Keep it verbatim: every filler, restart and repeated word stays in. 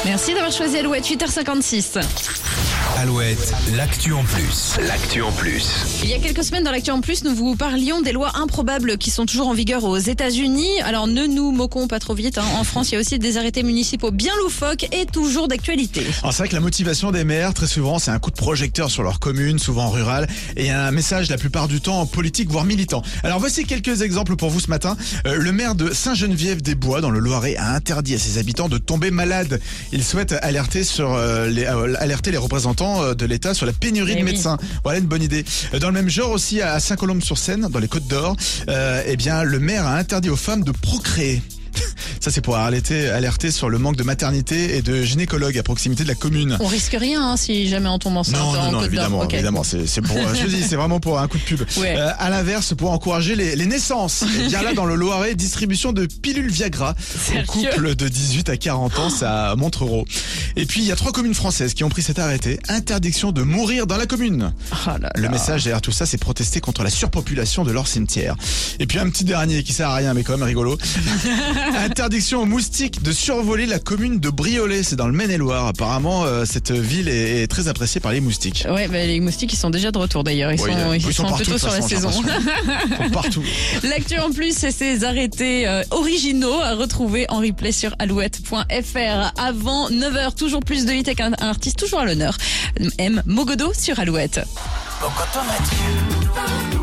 Merci d'avoir choisi Alouette, huit heures cinquante-six. Alouette, l'actu en plus. L'actu en plus. Il y a quelques semaines dans l'actu en plus, nous vous parlions des lois improbables qui sont toujours en vigueur aux États-Unis. Alors ne nous moquons pas trop vite, hein. En France, il y a aussi des arrêtés municipaux bien loufoques et toujours d'actualité. Alors c'est vrai que la motivation des maires, très souvent, c'est un coup de projecteur sur leur commune, souvent rurale, et un message la plupart du temps politique, voire militant. Alors voici quelques exemples pour vous ce matin. Euh, le maire de Saint-Geneviève-des-Bois, dans le Loiret, a interdit à ses habitants de tomber malades. Il souhaite alerter sur euh, les euh, alerter les représentants de l'État sur la pénurie Eh de oui. médecins. Voilà une bonne idée. Dans le même genre aussi, à Saint-Colombe-sur-Seine, dans les Côtes-d'Or, euh, eh bien le maire a interdit aux femmes de procréer. Ça, c'est pour alerter, alerter sur le manque de maternité et de gynécologues à proximité de la commune. On risque rien hein, si jamais on tombe enceinte Non, en non, non, Côte d'Or. évidemment, Okay. évidemment. C'est, c'est pour, je dis, c'est vraiment pour un coup de pub. Ouais. Euh, à l'inverse, pour encourager les, les naissances. Et bien là, dans le Loiret, distribution de pilules Viagra Sérieux aux couples de dix-huit à quarante ans, ça à Montereau. Et puis, il y a trois communes françaises qui ont pris cet arrêté. Interdiction de mourir dans la commune. Oh là Le là. message derrière tout ça, c'est protester contre la surpopulation de leur cimetière. Et puis un petit dernier qui sert à rien, mais quand même rigolo. Interdiction aux moustiques de survoler la commune de Briolet, c'est dans le Maine-et-Loire. Apparemment, euh, cette ville est, est très appréciée par les moustiques. Ouais, bah, les moustiques, ils sont déjà de retour d'ailleurs. Ils Oui, sont, euh, ils ils sont sont partout, plutôt de sur toute la façon, saison. j'ai Ils sont partout. L'actu en plus, c'est ces arrêtés euh, originaux à retrouver en replay sur alouette point f r. Avant neuf heures, toujours plus de hits avec un, un artiste toujours à l'honneur. M. Mogodo sur Alouette. Bocoto Mathieu.